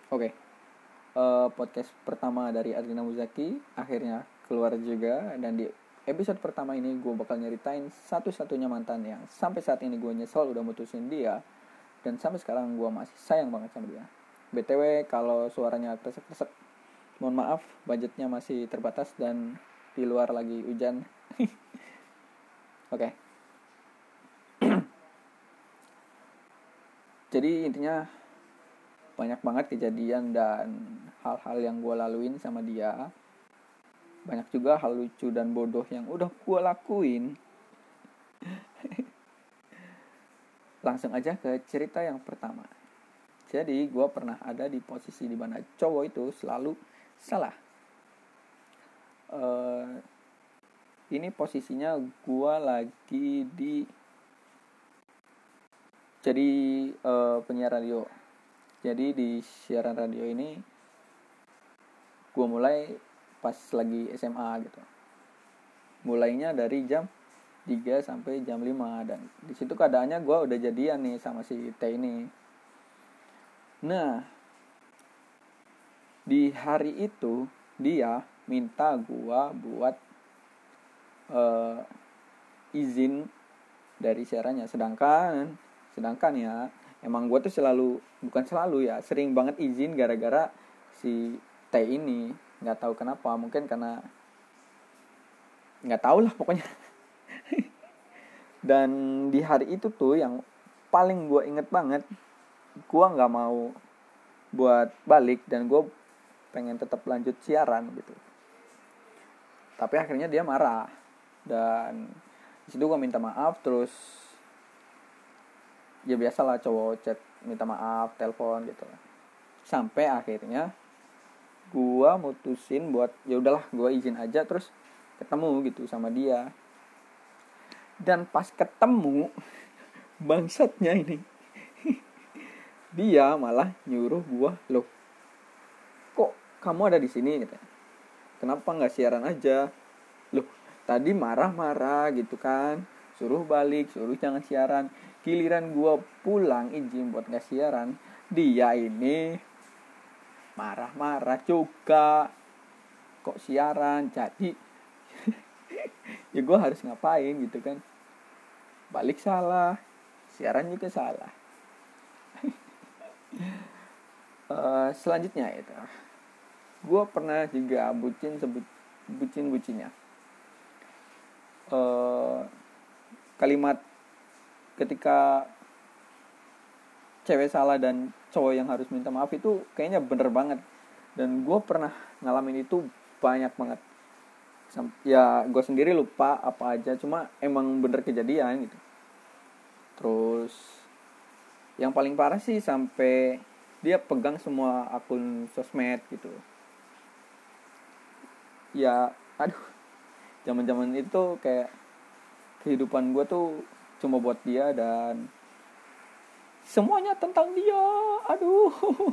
Oke, podcast pertama dari Adrina Muzaki akhirnya keluar juga. Dan di episode pertama ini gue bakal nyeritain satu-satunya mantan yang sampai saat ini gue nyesel udah mutusin dia. Dan sampai sekarang gue masih sayang banget sama dia. BTW kalau suaranya kresek-kresek, mohon maaf, budgetnya masih terbatas dan di luar lagi hujan. Oke, jadi intinya banyak banget kejadian dan hal-hal yang gue laluin sama dia. Banyak juga hal lucu dan bodoh yang udah gue lakuin. Langsung aja ke cerita yang pertama. Jadi gue pernah ada di posisi dimana cowok itu selalu salah. Ini posisinya gue lagi di jadi penyiar radio. Jadi di siaran radio ini gue mulai pas lagi SMA gitu. Mulainya dari jam 3 sampai jam 5. Dan di situ keadaannya gue udah jadian nih sama si T ini. Nah, di hari itu dia minta gue buat izin dari siarannya. Sedangkan ya, emang gue tuh bukan selalu ya, sering banget izin gara-gara si T ini. Nggak tahu kenapa, mungkin karena nggak tahu lah pokoknya. Dan di hari itu tuh yang paling gue inget banget, gue nggak mau buat balik dan gue pengen tetap lanjut siaran gitu. Tapi akhirnya dia marah dan disitu gue minta maaf. Terus ya biasalah cowok chat minta maaf, telepon gitu. Sampai akhirnya gue mutusin buat ya udahlah gue izin aja, terus ketemu gitu sama dia. Dan pas ketemu, bangsatnya ini, dia malah nyuruh gue, loh kok kamu ada di sini gitu. Kenapa nggak siaran aja? Loh, tadi marah-marah gitu kan, suruh balik, suruh jangan siaran. Giliran gue pulang izin buat nggak siaran, dia ini marah-marah juga. Kok siaran? Jadi ya gue harus ngapain gitu kan? Balik salah, siaran juga salah. Selanjutnya itu, gue pernah juga bucin-bucinnya. Kalimat ketika cewek salah dan cowok yang harus minta maaf itu kayaknya bener banget. Dan gue pernah ngalamin itu banyak banget. Ya gue sendiri lupa apa aja, cuma emang bener kejadian gitu. Terus yang paling parah sih sampai dia pegang semua akun sosmed gitu. Ya aduh, zaman-zaman itu kayak kehidupan gue tuh cuma buat dia dan semuanya tentang dia. Aduh.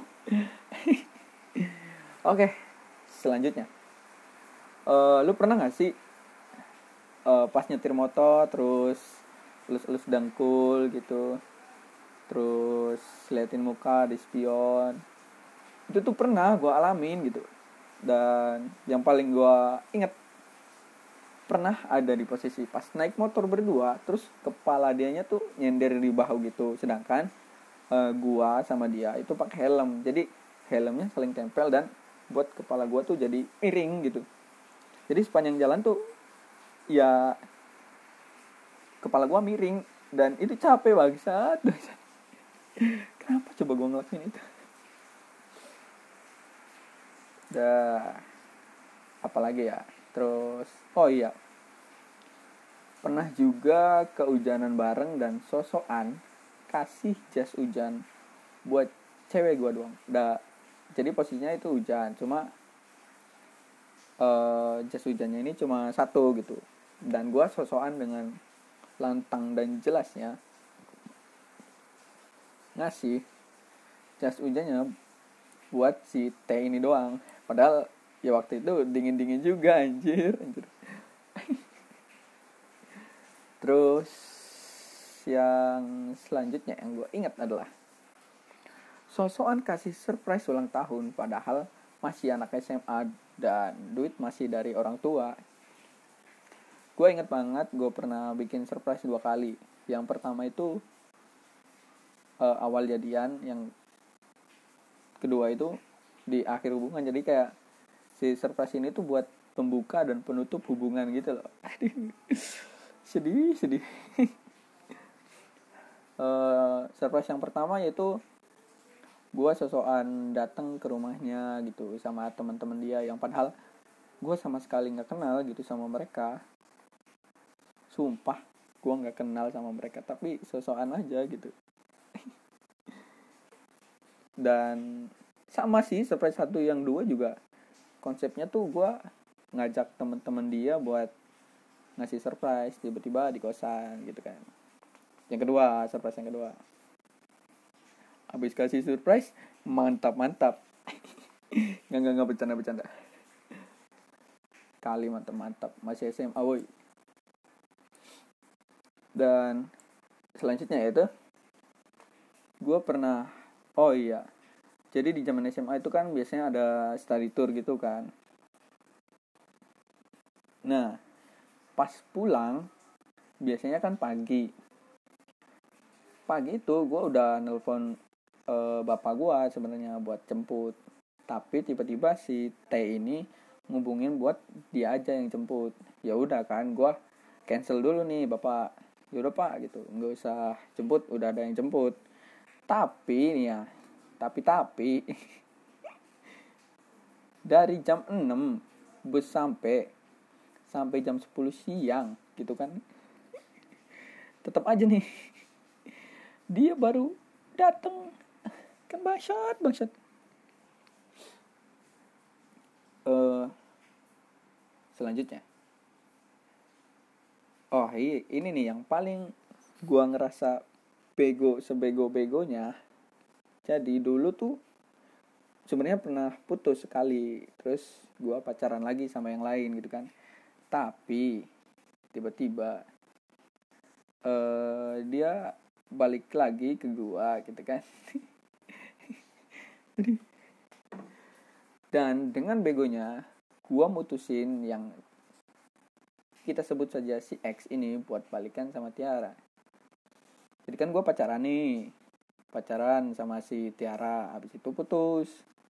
Oke, selanjutnya, lu pernah gak sih pas nyetir motor terus elus-elus dengkul gitu, terus liatin muka di spion? Itu tuh pernah gue alamin gitu. Dan yang paling gue inget, pernah ada di posisi pas naik motor berdua, terus kepala dianya tuh nyender di bahu gitu, sedangkan gua sama dia itu pakai helm. Jadi helmnya saling tempel dan buat kepala gua tuh jadi miring gitu. Jadi sepanjang jalan tuh ya kepala gua miring dan itu capek banget. Kenapa coba gua ngelakuin itu? Dah, apalagi ya. Terus oh iya, pernah juga kehujanan bareng dan sosokan kasih jas hujan buat cewek gue doang. Jadi posisinya itu hujan, cuma jas hujannya ini cuma satu gitu. Dan gue sosokan dengan lantang dan jelasnya ngasih jas hujannya buat si T ini doang. Padahal ya waktu itu dingin-dingin juga, anjir. Terus yang selanjutnya yang gue ingat adalah sosokan kasih surprise ulang tahun padahal masih anak SMA dan duit masih dari orang tua. Gue inget banget gue pernah bikin surprise 2 kali. Yang pertama itu awal jadian, yang kedua itu di akhir hubungan. Jadi kayak si surprise ini tuh buat pembuka dan penutup hubungan gitu loh. sedih surprise yang pertama yaitu gue sosokan datang ke rumahnya gitu sama teman-teman dia yang padahal gue sama sekali nggak kenal gitu sama mereka. Sumpah gue nggak kenal sama mereka tapi sosokan aja gitu. Dan sama sih surprise 1 yang 2 juga konsepnya tuh gue ngajak teman-teman dia buat ngasih surprise tiba-tiba di kosan gitu kan. Yang kedua, surprise yang kedua, habis kasih surprise mantap nggak bercanda kali mantap masih SMA woi. Dan selanjutnya yaitu gue pernah, oh iya, jadi di zaman SMA itu kan biasanya ada study tour gitu kan. Nah pas pulang biasanya kan pagi itu gue udah nelpon bapak gue sebenarnya buat jemput, tapi tiba-tiba si T ini ngubungin buat dia aja yang jemput. Ya udah kan gue cancel dulu nih bapak, yaudah pak gitu, nggak usah jemput, udah ada yang jemput. Tapi nih ya, tapi dari jam 6 bus sampai jam 10 siang gitu kan, tetap aja nih dia baru datang. Kan bangsat. Selanjutnya, oh ini nih yang paling gua ngerasa sebego-begonya. Jadi dulu tuh sebenarnya pernah putus sekali, terus gua pacaran lagi sama yang lain gitu kan. Tapi tiba-tiba dia balik lagi ke gua gitu kan. Dan dengan begonya gua mutusin yang kita sebut saja si X ini buat balikan sama Tiara. Jadi kan gua pacaran sama si Tiara, habis itu putus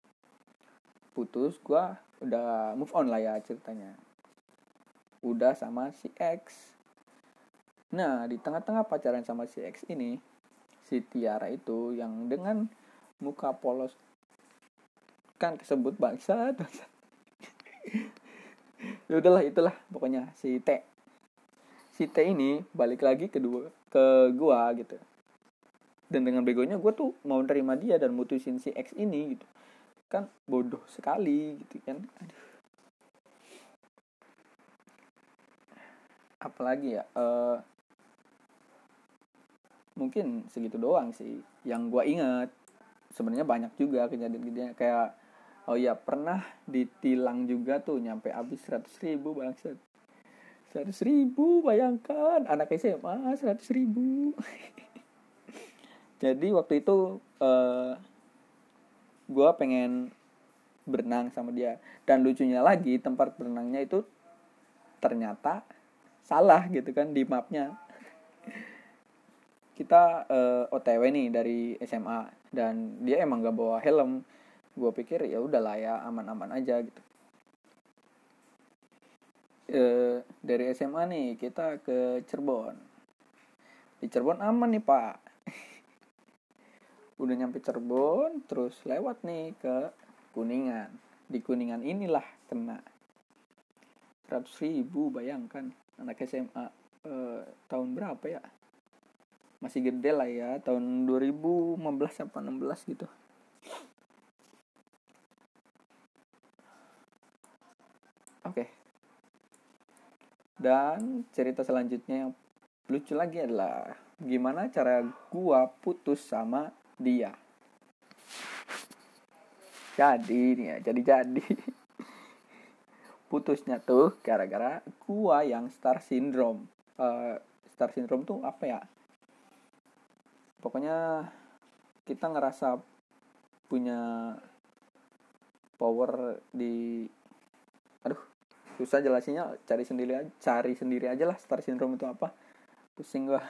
gua udah move on lah ya ceritanya, udah sama si X. Nah di tengah-tengah pacaran sama si X ini, si Tiara itu yang dengan muka polos kan kesebut bangsat. Ya udahlah, itulah pokoknya si T ini balik lagi ke gua gitu. Dan dengan begonya gua tuh mau nerima dia dan mutusin si X ini gitu. Kan bodoh sekali gitu kan. Aduh. Apalagi ya, mungkin segitu doang sih yang gua ingat. Sebenarnya banyak juga kejadian-kejadian kayak, oh ya pernah ditilang juga tuh nyampe habis 100.000 bangsat. 100.000 bayangkan anak SMA 100.000. Jadi waktu itu gue pengen berenang sama dia, dan lucunya lagi tempat berenangnya itu ternyata salah gitu kan di mapnya. Kita OTW nih dari SMA dan dia emang gak bawa helm. Gue pikir ya udahlah ya aman-aman aja gitu. Dari SMA nih kita ke Cirebon. Di Cirebon aman nih pak. Udah nyampe Cirebon terus lewat nih ke Kuningan. Di Kuningan inilah kena 100.000, bayangkan anak SMA tahun berapa ya, masih gede lah ya, tahun 2015 apa 16 gitu. Oke. Dan cerita selanjutnya yang lucu lagi adalah gimana cara gua putus sama dia. Jadi putusnya tuh gara-gara gua yang star syndrome. Star syndrome tuh apa ya? Pokoknya kita ngerasa punya power di, aduh susah jelasinnya, cari sendiri aja lah star syndrome itu apa, pusing gua.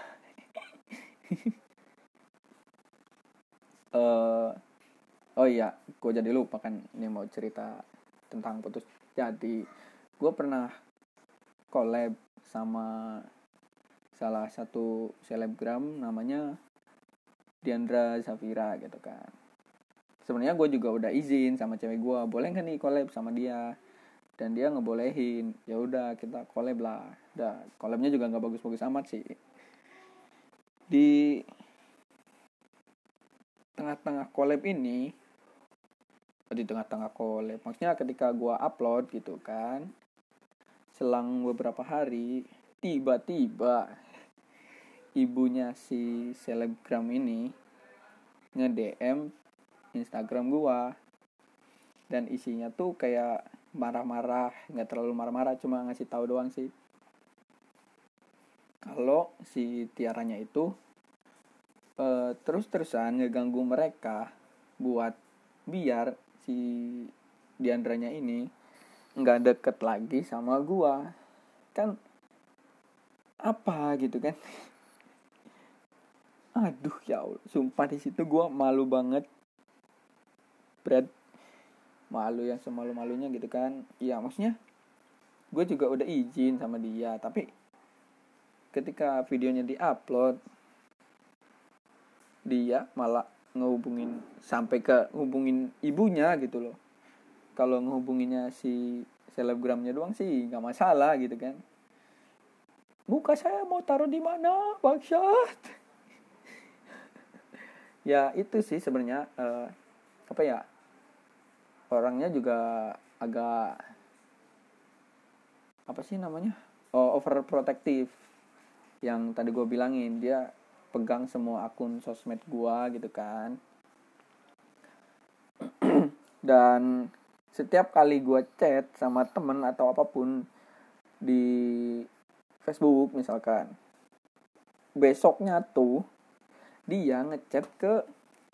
Oh iya, gue jadi lupa kan, ini mau cerita tentang putus. Jadi gue pernah collab sama salah satu selebgram namanya Diandra Zafira gitu kan. Sebenarnya gue juga udah izin sama cewek gue, boleh nggak nih collab sama dia, dan dia ngebolehin. Ya udah kita collab lah. Udah, collabnya juga nggak bagus-bagus amat sih. Di tengah-tengah collab ini, maksudnya ketika gue upload gitu kan, selang beberapa hari tiba-tiba ibunya si selebgram ini nge-DM Instagram gua, dan isinya tuh kayak marah-marah, nggak terlalu marah-marah, cuma ngasih tahu doang sih kalau si Tiaranya itu terus-terusan ngeganggu mereka buat biar si Diandranya ini nggak deket lagi sama gua. Kan apa gitu kan. Aduh ya Allah, sumpah di situ gue malu banget, Brad. Malu yang semalu-malunya gitu kan. Iya, maksudnya gue juga udah izin sama dia, tapi ketika videonya diupload, dia malah sampai ke ngehubungin ibunya gitu loh. Kalau ngehubunginnya si selebgramnya doang sih nggak masalah gitu kan. Muka saya mau taruh di mana, bangsat? Ya itu sih sebenarnya apa ya, orangnya juga agak apa sih namanya, overprotective. Yang tadi gue bilangin, dia pegang semua akun sosmed gue gitu kan. Dan setiap kali gue chat sama temen atau apapun di Facebook misalkan, besoknya tuh dia ngechat ke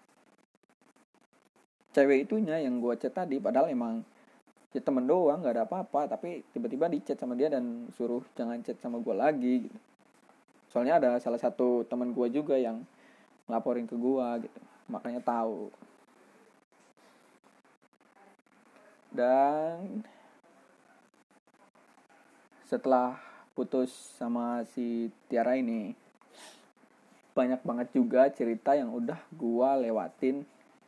cewek itunya yang gue chat tadi, padahal emang ya temen doang, nggak ada apa-apa, tapi tiba-tiba di chat sama dia dan suruh jangan chat sama gue lagi gitu. Soalnya ada salah satu teman gue juga yang ngelaporin ke gue gitu, makanya tahu. Dan setelah putus sama si Tiara ini, banyak banget juga cerita yang udah gue lewatin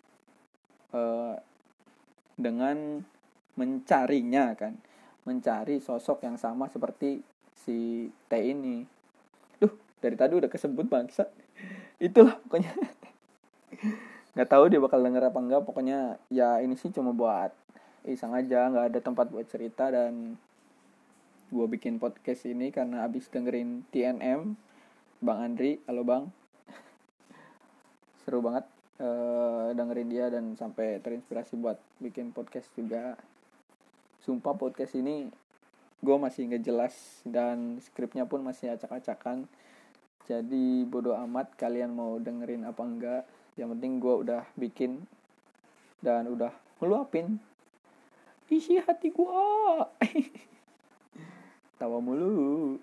dengan mencarinya kan, mencari sosok yang sama seperti si T ini. Dari tadi udah kesebut bangsat. Itulah pokoknya. Nggak tahu dia bakal denger apa enggak. Pokoknya ya ini sih cuma buat iseng aja, nggak ada tempat buat cerita. Dan gue bikin podcast ini karena abis dengerin TNM Bang Andri. Halo Bang, seru banget dengerin dia dan sampai terinspirasi buat bikin podcast juga. Sumpah podcast ini gue masih nggak jelas dan skripnya pun masih acak-acakan. Jadi bodo amat kalian mau dengerin apa enggak. Yang penting gue udah bikin dan udah ngeluapin isi hati gue. Tawa mulu.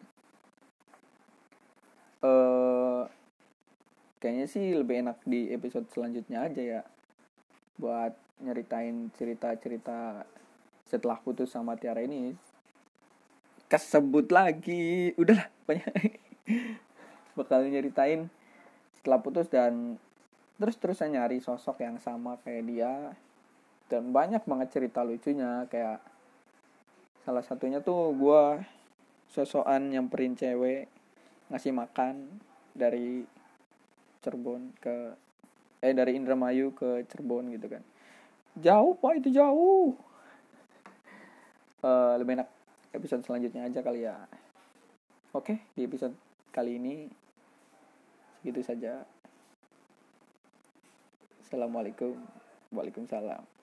Kayaknya sih lebih enak di episode selanjutnya aja ya, buat nyeritain cerita-cerita setelah putus sama Tiara ini. Kesebut lagi. Udahlah, banyak. Bakal nyeritain setelah putus dan terus-terusan nyari sosok yang sama kayak dia. Dan banyak banget cerita lucunya, kayak salah satunya tuh gue sosokan nyamperin cewek ngasih makan dari Cirebon ke dari Indramayu ke Cirebon gitu kan. Jauh pak, itu jauh. Lebih enak episode selanjutnya aja kali ya. Oke, di episode kali ini segitu saja. Assalamualaikum. Waalaikumsalam.